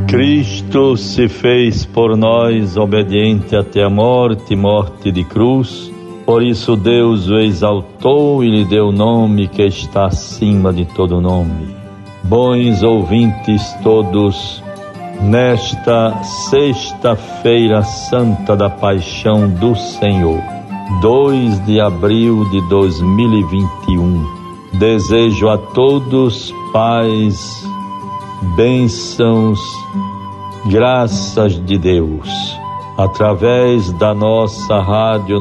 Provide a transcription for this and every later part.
Cristo se fez por nós obediente até a morte, morte de cruz. Por isso Deus o exaltou e lhe deu o nome que está acima de todo nome. Bons ouvintes todos, nesta sexta-feira santa da Paixão do Senhor, 2 de abril de 2021, desejo a todos paz, bênçãos, graças de Deus, através da nossa Rádio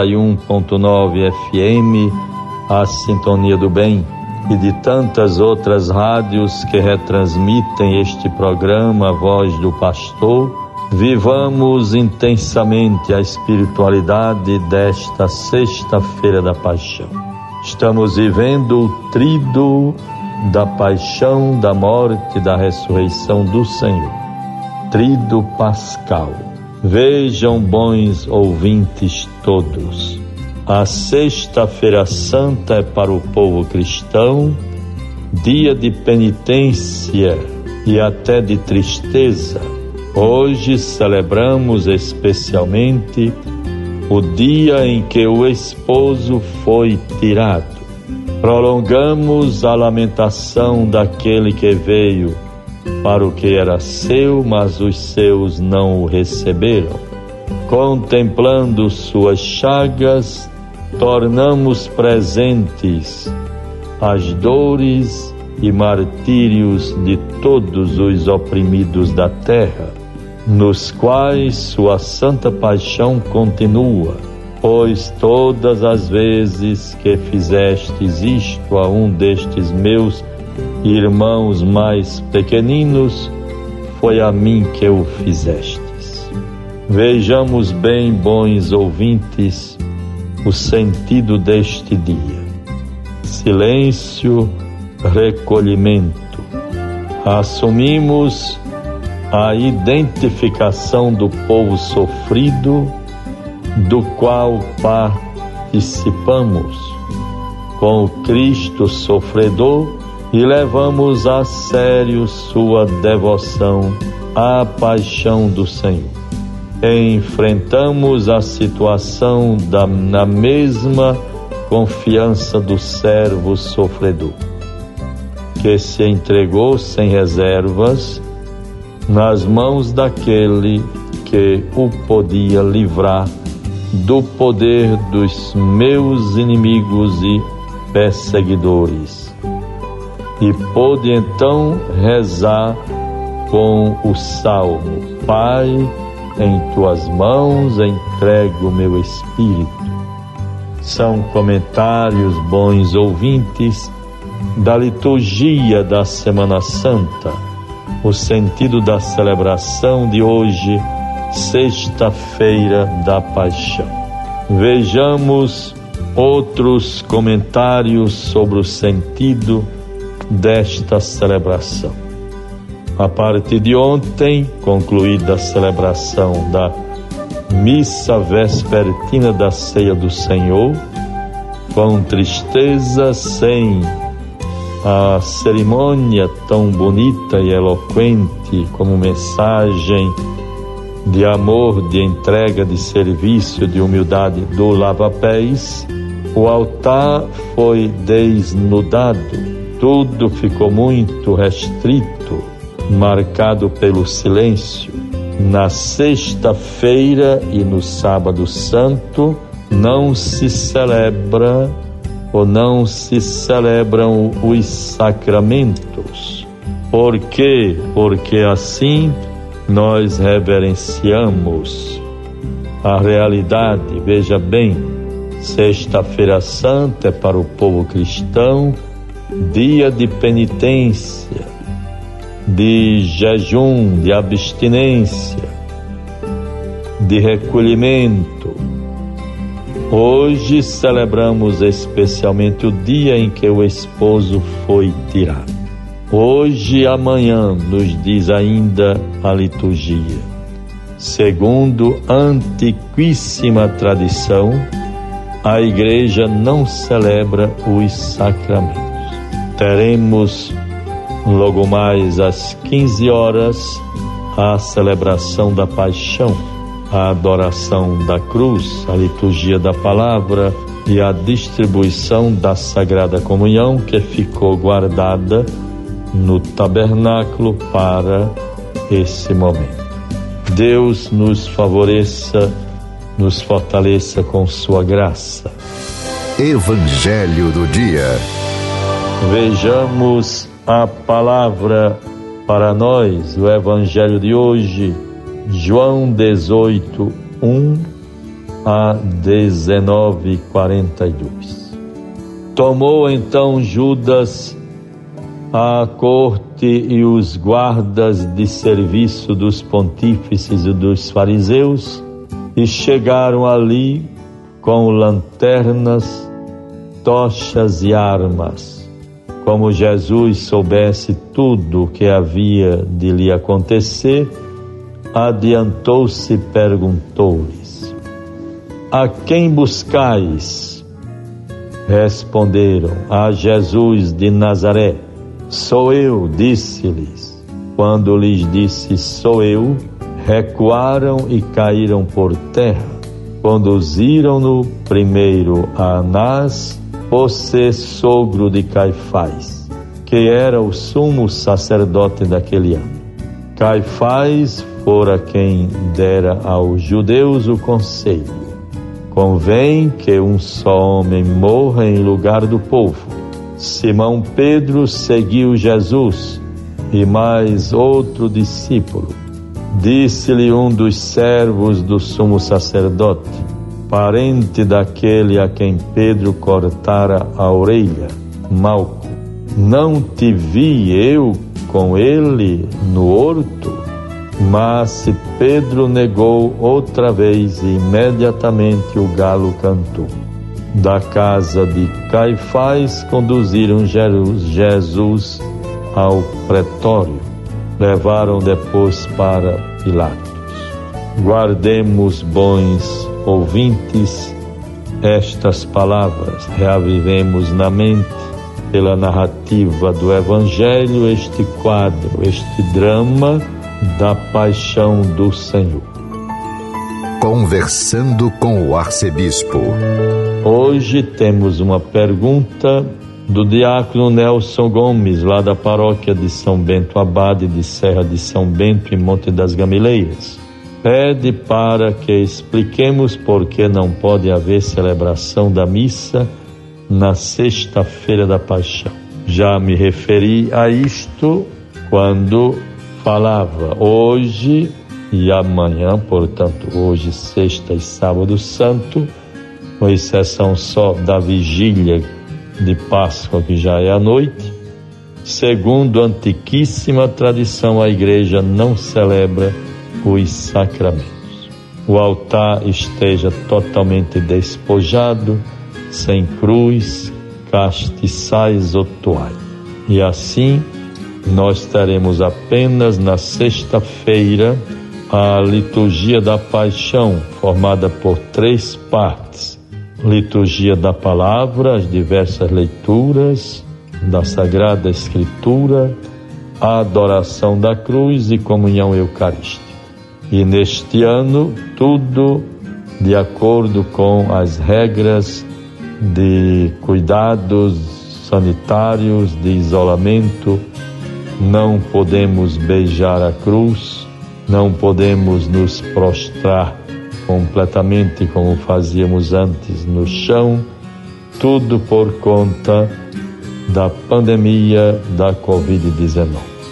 91.9 FM, a Sintonia do Bem, e de tantas outras rádios que retransmitem este programa, A Voz do Pastor. Vivamos intensamente a espiritualidade desta sexta-feira da Paixão. Estamos vivendo o tríduo da paixão, da morte e da ressurreição do Senhor, tríduo pascal. Vejam, bons ouvintes todos, a sexta-feira santa é para o povo cristão dia de penitência e até de tristeza. Hoje celebramos especialmente o dia em que o esposo foi tirado. Prolongamos a lamentação daquele que veio para o que era seu, mas os seus não o receberam. Contemplando suas chagas, tornamos presentes as dores e martírios de todos os oprimidos da terra, nos quais sua santa paixão continua. Pois todas as vezes que fizestes isto a um destes meus irmãos mais pequeninos, foi a mim que o fizestes. Vejamos bem, bons ouvintes, o sentido deste dia. Silêncio, recolhimento. Assumimos a identificação do povo sofrido, do qual participamos com o Cristo sofredor, e levamos a sério sua devoção à paixão do Senhor. Enfrentamos a situação na mesma confiança do servo sofredor, que se entregou sem reservas nas mãos daquele que o podia livrar do poder dos meus inimigos e perseguidores. E pôde então rezar com o salmo: Pai, em tuas mãos entrego o meu espírito. São comentários, bons ouvintes, da liturgia da Semana Santa, o sentido da celebração de hoje, sexta-feira da Paixão. Vejamos outros comentários sobre o sentido desta celebração. A partir de ontem, concluída a celebração da missa vespertina da Ceia do Senhor, com tristeza, sem a cerimônia tão bonita e eloquente como mensagem de amor, de entrega, de serviço, de humildade do lava-pés, o altar foi desnudado. Tudo ficou muito restrito, marcado pelo silêncio. Na sexta-feira e no sábado santo não se celebra ou não se celebram os sacramentos. Por quê? Porque assim nós reverenciamos a realidade. Veja bem, sexta-feira santa é para o povo cristão dia de penitência, de jejum, de abstinência, de recolhimento. Hoje celebramos especialmente o dia em que o esposo foi tirado. Hoje e amanhã, nos diz ainda a liturgia, segundo antiquíssima tradição, a Igreja não celebra os sacramentos. Teremos logo mais às 15 horas a celebração da paixão, a adoração da cruz, a liturgia da palavra e a distribuição da Sagrada Comunhão, que ficou guardada no tabernáculo para esse momento. Deus nos favoreça, nos fortaleça com sua graça. Evangelho do dia. Vejamos a palavra para nós, o Evangelho de hoje, João 18, 1 a 19, 42. Tomou então Judas a corte e os guardas de serviço dos pontífices e dos fariseus e chegaram ali com lanternas, tochas e armas. Como Jesus soubesse tudo o que havia de lhe acontecer, adiantou-se e perguntou-lhes: a quem buscais? Responderam: a Jesus de Nazaré. Sou eu, disse-lhes. Quando lhes disse sou eu, recuaram e caíram por terra. Conduziram-no primeiro a Anás, por ser sogro de Caifás, que era o sumo sacerdote daquele ano. Caifás fora quem dera aos judeus o conselho: convém que um só homem morra em lugar do povo. Simão Pedro seguiu Jesus e mais outro discípulo. Disse-lhe um dos servos do sumo sacerdote, parente daquele a quem Pedro cortara a orelha, Malco: não te vi eu com ele no horto? Mas Pedro negou outra vez e imediatamente o galo cantou. Da casa de Caifás conduziram Jesus ao pretório. Levaram depois para Pilatos. Guardemos, bons ouvintes, estas palavras, reavivemos na mente, pela narrativa do Evangelho, este quadro, este drama da paixão do Senhor. Conversando com o arcebispo. Hoje temos uma pergunta do diácono Nelson Gomes, lá da paróquia de São Bento Abade, de Serra de São Bento, em Monte das Gamileiras. Pede para que expliquemos por que não pode haver celebração da missa na sexta-feira da Paixão. Já me referi a isto quando falava hoje e amanhã, portanto, hoje, sexta e sábado santo, com exceção só da vigília de Páscoa, que já é à noite. Segundo a antiquíssima tradição, a igreja não celebra os sacramentos. O altar esteja totalmente despojado, sem cruz, castiçais ou toalha. E assim, nós teremos apenas na sexta-feira a liturgia da paixão, formada por 3 partes: liturgia da palavra, as diversas leituras da Sagrada Escritura, a adoração da cruz e comunhão eucarística. E neste ano, tudo de acordo com as regras de cuidados sanitários, de isolamento. Não podemos beijar a cruz, não podemos nos prostrar completamente como fazíamos antes no chão, tudo por conta da pandemia da Covid-19.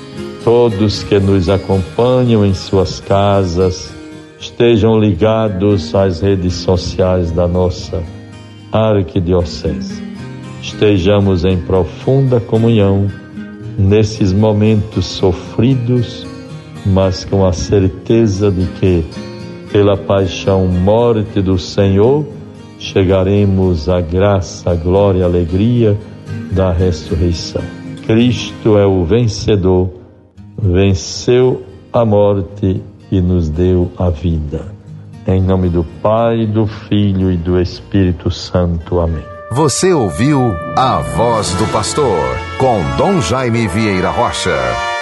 Todos que nos acompanham em suas casas estejam ligados às redes sociais da nossa arquidiocese. Estejamos em profunda comunhão nesses momentos sofridos, mas com a certeza de que, pela paixão, morte do Senhor, chegaremos à graça, à glória e à alegria da ressurreição. Cristo é o vencedor, venceu a morte e nos deu a vida. Em nome do Pai, do Filho e do Espírito Santo. Amém. Você ouviu A Voz do Pastor, com Dom Jaime Vieira Rocha.